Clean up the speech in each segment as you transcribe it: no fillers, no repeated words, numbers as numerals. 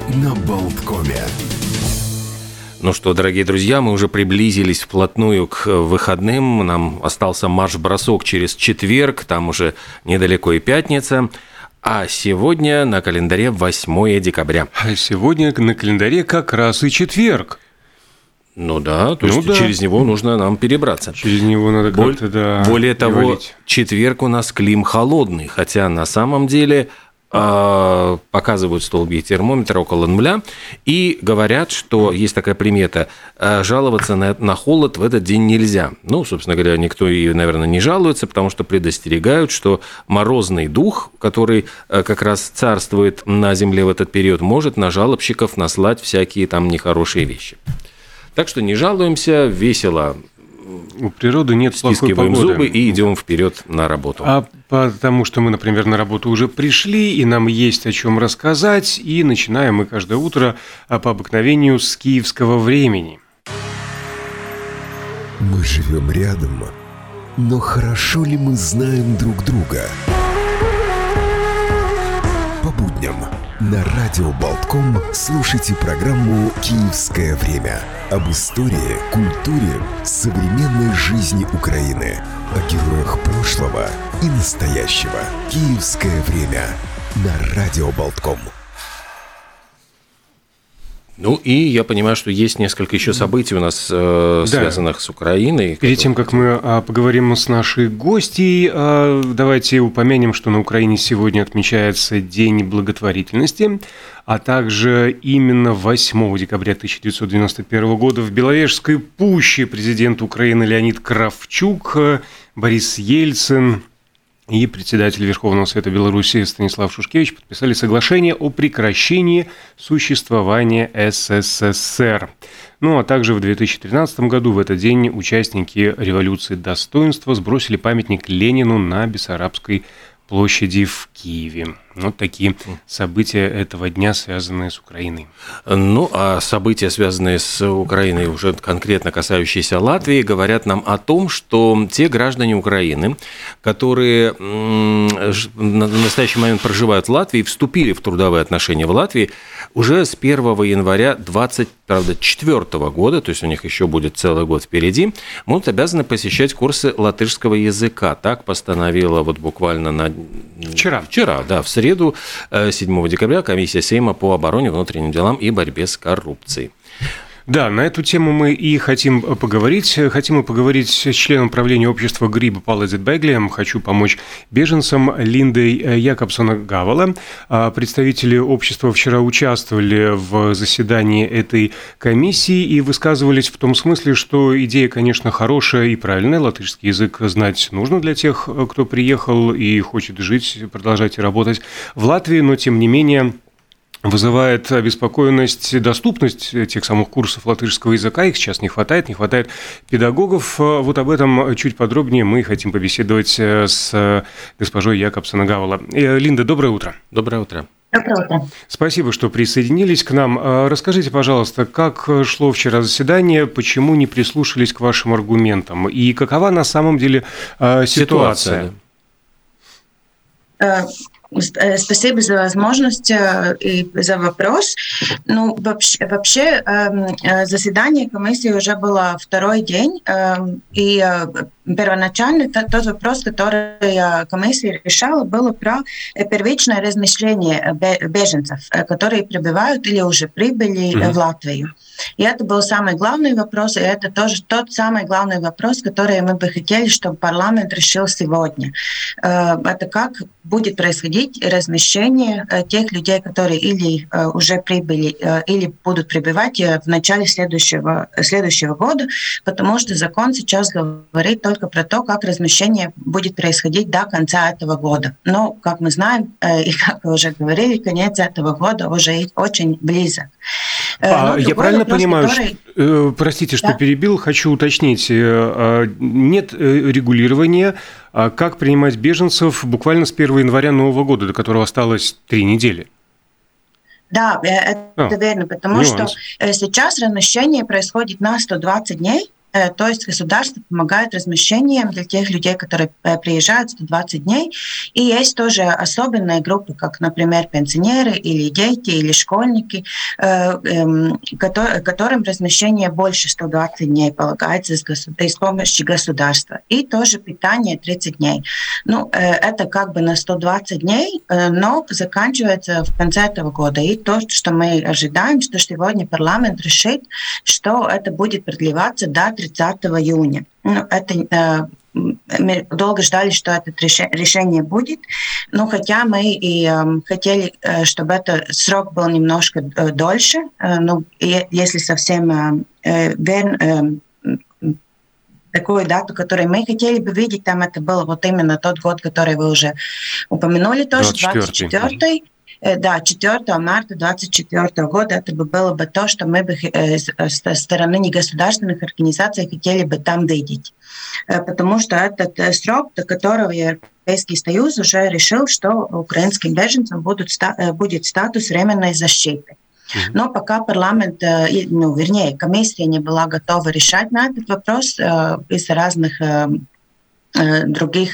на Болткоме. Ну что, дорогие друзья, мы уже приблизились вплотную к выходным. Нам остался марш-бросок через четверг, там уже недалеко и пятница. А сегодня на календаре 8 декабря. А сегодня на календаре как раз и четверг. Ну да, то есть через него нужно нам перебраться. Через него надо как-то, Более того, четверг у нас клим холодный, хотя на самом деле... показывают столбики термометра около нуля, и говорят, что есть такая примета, жаловаться на холод в этот день нельзя. Ну, собственно говоря, никто и, наверное, не жалуется, потому что предостерегают, что морозный дух, который как раз царствует на земле в этот период, может на жалобщиков наслать всякие там нехорошие вещи. Так что не жалуемся, весело. У природы нет плохой погоды. Стискиваем зубы и идем вперед на работу. А потому что мы, например, на работу уже пришли, и нам есть о чем рассказать, и начинаем мы каждое утро по обыкновению с киевского времени. Мы живем рядом, но хорошо ли мы знаем друг друга? По будням на радио Болтком слушайте программу «Киевское время» об истории, культуре, современной жизни Украины, о героях прошлого и настоящего. «Киевское время» на радио Болтком. Ну, и я понимаю, что есть несколько еще событий у нас, связанных с Украиной. Перед тем, как мы поговорим с нашей гостьей, давайте упомянем, что на Украине сегодня отмечается День благотворительности, а также именно 8 декабря 1991 года в Беловежской пуще президент Украины Леонид Кравчук, Борис Ельцин и председатель Верховного Совета Беларуси Станислав Шушкевич подписали соглашение о прекращении существования СССР. Ну, а также в 2013 году в этот день участники революции достоинства сбросили памятник Ленину на Бессарабской площади в Киеве. Вот такие события этого дня, связанные с Украиной. Ну, а события, связанные с Украиной, уже конкретно касающиеся Латвии, говорят нам о том, что те граждане Украины, которые на настоящий момент проживают в Латвии, вступили в трудовые отношения в Латвии уже с 1 января 2024 года, то есть у них еще будет целый год впереди, будут обязаны посещать курсы латышского языка. Так постановила вот буквально Вчера, да, в среду, 7 декабря, комиссия Сейма по обороне, внутренним делам и борьбе с коррупцией. Да, на эту тему мы и хотим поговорить. Хотим поговорить с членом правления общества Гриба Палецит Беглием. Хочу помочь беженцам Линдой Якобсона-Гавала. Представители общества вчера участвовали в заседании этой комиссии и высказывались в том смысле, что идея, конечно, хорошая и правильная. Латышский язык знать нужно для тех, кто приехал и хочет жить, продолжать работать в Латвии, но тем не менее... Вызывает обеспокоенность доступность тех самых курсов латышского языка. Их сейчас не хватает педагогов. Вот об этом чуть подробнее мы хотим побеседовать с госпожой Якобсона-Гавала. Линда, доброе утро. Доброе утро. Доброе утро. Спасибо, что присоединились к нам. Расскажите, пожалуйста, как шло вчера заседание, почему не прислушались к вашим аргументам и какова на самом деле ситуация? Спасибо за возможность и за вопрос. Ну, вообще заседание комиссии уже было второй день, и первоначально тот вопрос, который комиссия решала, был про первичное размещение беженцев, которые прибывают или уже прибыли в Латвию. И это был самый главный вопрос, и это тоже тот самый главный вопрос, который мы бы хотели, чтобы парламент решил сегодня. Это как будет происходить размещение тех людей, которые или уже прибыли, или будут прибывать в начале следующего года, потому что закон сейчас говорит только про то, как размещение будет происходить до конца этого года. Но, как мы знаем, и как вы уже говорили, конец этого года уже очень близок. Я правильно понимаю, простите, что перебил, хочу уточнить, нет регулирования, как принимать беженцев буквально с 1 января нового года, до которого осталось 3 недели? Да, это верно, потому что сейчас размещение происходит на 120 дней, То есть государство помогает размещением для тех людей, которые приезжают 120 дней. И есть тоже особенные группы, как, например, пенсионеры или дети, или школьники, которым размещение больше 120 дней полагается с помощью государства. И тоже питание 30 дней. Это как бы на 120 дней, но заканчивается в конце этого года. И то, что мы ожидаем, что сегодня парламент решит, что это будет продлеваться до 30 июня. Мы долго ждали, что это решение будет, но хотя мы и хотели, чтобы этот срок был немножко дольше, если совсем такую дату, которую мы хотели бы видеть, там это был вот именно тот год, который вы уже упомянули, тоже 24-й. Да, 4 марта 2024 года это было бы то, что мы бы со стороны негосударственных организаций хотели бы там видеть. Потому что этот срок, до которого Европейский Союз уже решил, что украинским беженцам будет статус временной защиты. Но пока парламент, комиссия не была готова решать на этот вопрос из-за разных других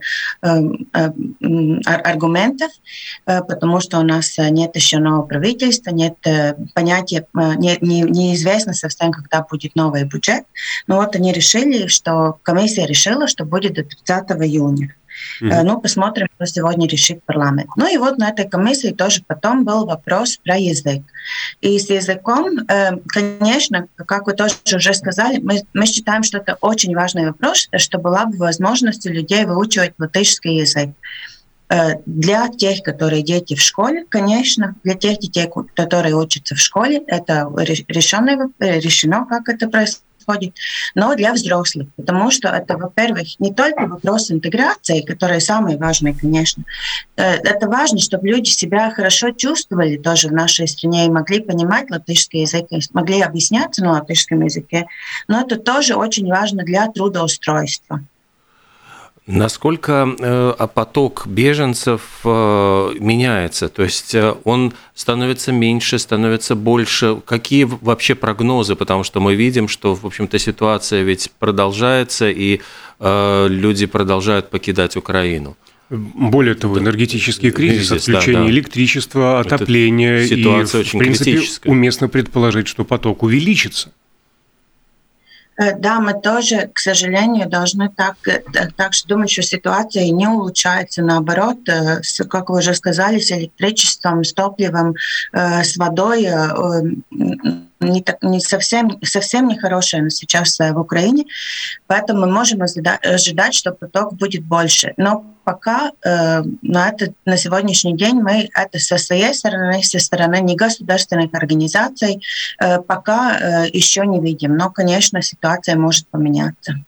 аргументов, потому что у нас нет еще нового правительства, нет понятия, неизвестно совсем, когда будет новый бюджет. Но вот они решили, что комиссия решила, что будет до 30 июня. Посмотрим, что сегодня решит парламент. И вот на этой комиссии тоже потом был вопрос про язык. И с языком, конечно, как вы тоже уже сказали, мы считаем, что это очень важный вопрос, что была бы возможность у людей выучивать латышский язык. Для тех, которые дети в школе, конечно, для тех детей, которые учатся в школе, это решено, как это происходит. Но для взрослых, потому что это, во-первых, не только вопрос интеграции, который самый важный, конечно. Это важно, чтобы люди себя хорошо чувствовали тоже в нашей стране и могли понимать латышский язык, могли объясняться на латышском языке. Но это тоже очень важно для трудоустройства. Насколько поток беженцев меняется? То есть он становится меньше, становится больше? Какие вообще прогнозы? Потому что мы видим, что, в общем-то, ситуация ведь продолжается, и люди продолжают покидать Украину. Более того, энергетический кризис, отключение электричества, отопления. Ситуация и, очень в принципе, критическая. Уместно предположить, что поток увеличится. Да, мы тоже, к сожалению, должны также думать, что ситуация не улучшается. Наоборот, как вы уже сказали, с электричеством, с топливом, с водой не совсем нехорошая сейчас в Украине. Поэтому мы можем ожидать, что поток будет больше. Но пока на сегодняшний день мы это со своей стороны, со стороны негосударственных организаций пока еще не видим. Но, конечно, ситуация может поменяться.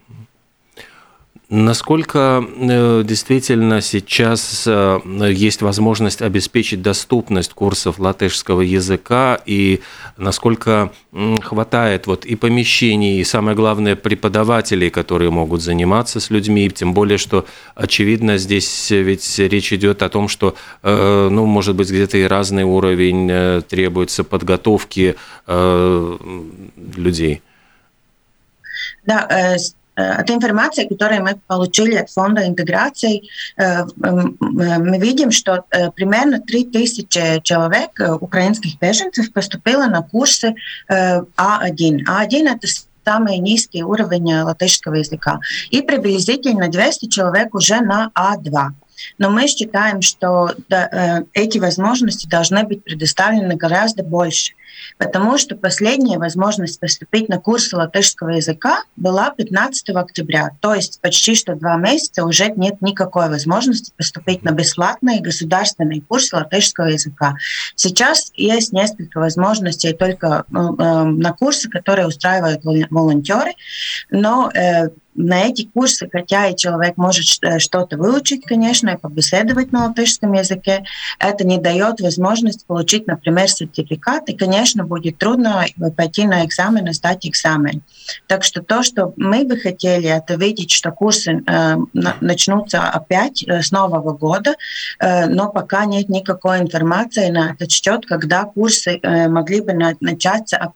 Насколько действительно сейчас есть возможность обеспечить доступность курсов латышского языка, и насколько хватает и помещений, и, самое главное, преподавателей, которые могут заниматься с людьми, тем более, что, очевидно, здесь ведь речь идет о том, что, может быть, где-то и разный уровень требуется подготовки людей. Да, от информации, которую мы получили от Фонда интеграции, мы видим, что примерно 3000 человек, украинских беженцев, поступило на курсы А1. А1 – это самый низкий уровень латышского языка. И приблизительно 200 человек уже на А2. Но мы считаем, что эти возможности должны быть предоставлены гораздо больше. Потому что последняя возможность поступить на курсы латышского языка была 15 октября. То есть почти что 2 месяца уже нет никакой возможности поступить на бесплатные государственные курсы латышского языка. Сейчас есть несколько возможностей только на курсы, которые устраивают волонтеры, но на эти курсы, хотя и человек может что-то выучить, конечно, и побеседовать на латышском языке, это не дает возможность получить, например, сертификат, и, конечно, будет трудно пойти на экзамен и сдать экзамен. Так что то, что мы бы хотели, это видеть, что курсы начнутся опять с Нового года, но пока нет никакой информации на этот счет, когда курсы могли бы начаться опять.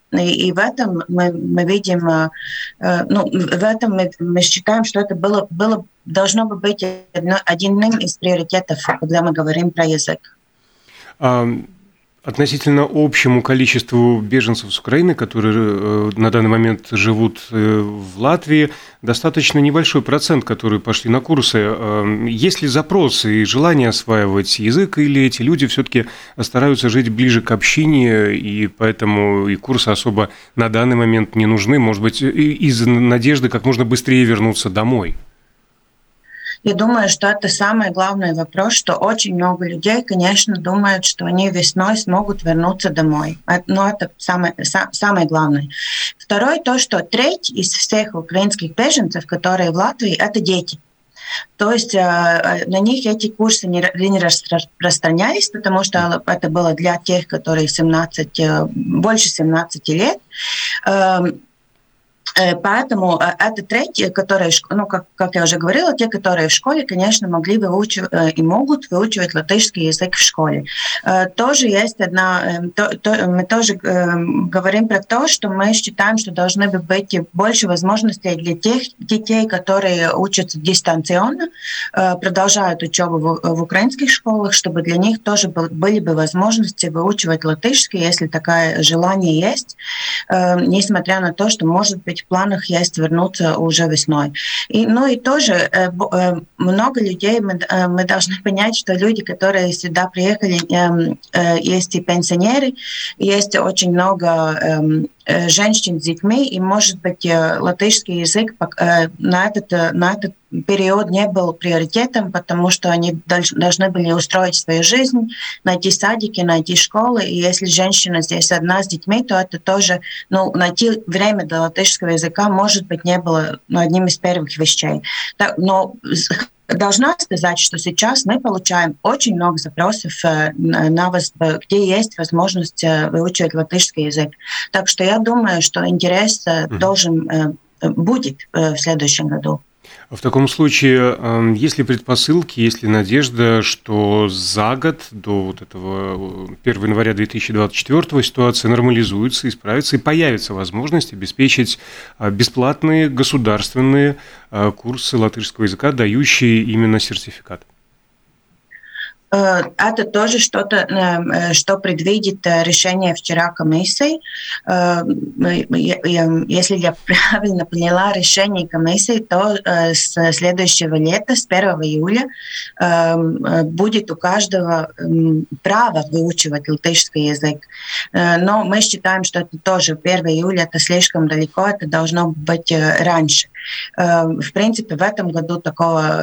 И в этом мы видим, в этом мы считаем, что это должно быть одним из приоритетов, когда мы говорим про язык. Относительно общему количеству беженцев с Украины, которые на данный момент живут в Латвии, достаточно небольшой процент, которые пошли на курсы. Есть ли запрос и желание осваивать язык, или эти люди все-таки стараются жить ближе к общине, и поэтому и курсы особо на данный момент не нужны, может быть, из надежды как можно быстрее вернуться домой? Я думаю, что это самый главный вопрос, что очень много людей, конечно, думают, что они весной смогут вернуться домой. Но это самое главное. Второе, то, что треть из всех украинских беженцев, которые в Латвии, это дети. То есть на них эти курсы не распространялись, потому что это было для тех, которые больше 17 лет. Поэтому это третьи, которые, как я уже говорила, те, которые в школе, конечно, могли выучивать и могут выучивать латышский язык в школе. Тоже есть мы тоже говорим про то, что мы считаем, что должны быть больше возможностей для тех детей, которые учатся дистанционно, продолжают учебу в украинских школах, чтобы для них тоже были бы возможности выучивать латышский, если такое желание есть, несмотря на то, что, может быть, в планах есть вернуться уже весной. И тоже много людей, мы должны понять, что люди, которые сюда приехали, есть и пенсионеры, есть очень много женщин с детьми, и, может быть, латышский язык на этот период не был приоритетом, потому что они должны были устроить свою жизнь, найти садики, найти школы, и если женщина здесь одна с детьми, то это тоже, найти время для латышского языка, может быть, не было одним из первых вещей. Но должна сказать, что сейчас мы получаем очень много запросов, где есть возможность выучивать латышский язык. Так что я думаю, что интерес будет в следующем году. В таком случае, есть ли предпосылки, есть ли надежда, что за год до этого 1 января 2024 ситуация нормализуется, исправится и появится возможность обеспечить бесплатные государственные курсы латышского языка, дающие именно сертификат? Это тоже что-то, что предвидит решение вчера комиссии. Если я правильно поняла решение комиссии, то с следующего лета, с 1 июля, будет у каждого право выучивать латышский язык. Но мы считаем, что это тоже 1 июля, это слишком далеко, это должно быть раньше. В принципе, в этом году такого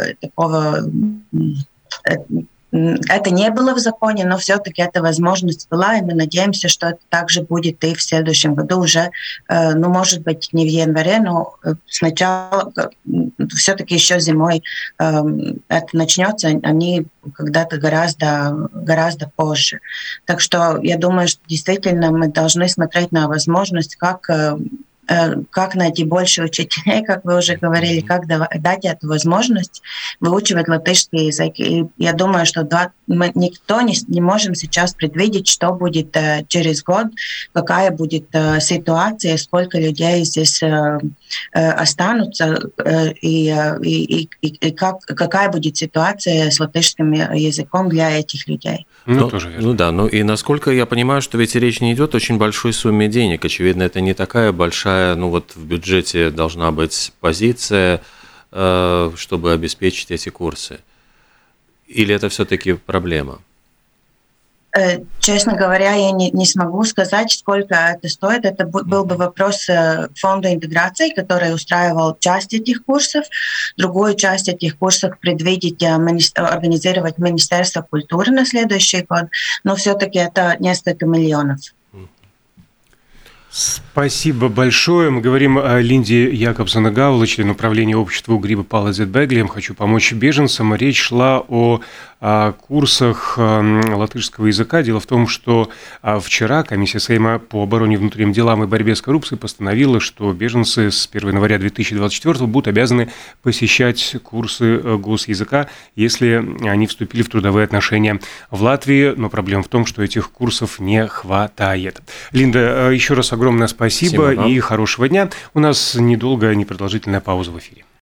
это не было в законе, но все-таки эта возможность была, и мы надеемся, что это также будет и в следующем году уже, может быть, не в январе, но сначала, все-таки еще зимой это начнется, они когда-то гораздо позже. Так что я думаю, что действительно мы должны смотреть на возможность, как найти больше учителей, как вы уже говорили, как дать эту возможность выучивать латышский язык. И я думаю, что мы никто не можем сейчас предвидеть, что будет через год, какая будет ситуация, сколько людей здесь останутся, и какая будет ситуация с латышским языком для этих людей. И насколько я понимаю, что ведь речь не идет о очень большой сумме денег. Очевидно, это не такая большая, в бюджете должна быть позиция, чтобы обеспечить эти курсы. Или это все-таки проблема? Честно говоря, я не смогу сказать, сколько это стоит. Это был бы вопрос фонда интеграции, который устраивал часть этих курсов. Другую часть этих курсов предвидеть организировать Министерство культуры на следующий год. Но все-таки это несколько миллионов. Спасибо большое. Мы говорим о Линде Якобсона-Гавла, члену управления общества «У Гриба Паладзет Беглием». Хочу помочь беженцам. Речь шла о курсах латышского языка. Дело в том, что вчера комиссия Сейма по обороне, внутренним делам и борьбе с коррупцией постановила, что беженцы с 1 января 2024 будут обязаны посещать курсы госязыка, если они вступили в трудовые отношения в Латвии. Но проблема в том, что этих курсов не хватает. Линда, еще раз огромное спасибо и хорошего дня. У нас недолгая, непродолжительная пауза в эфире.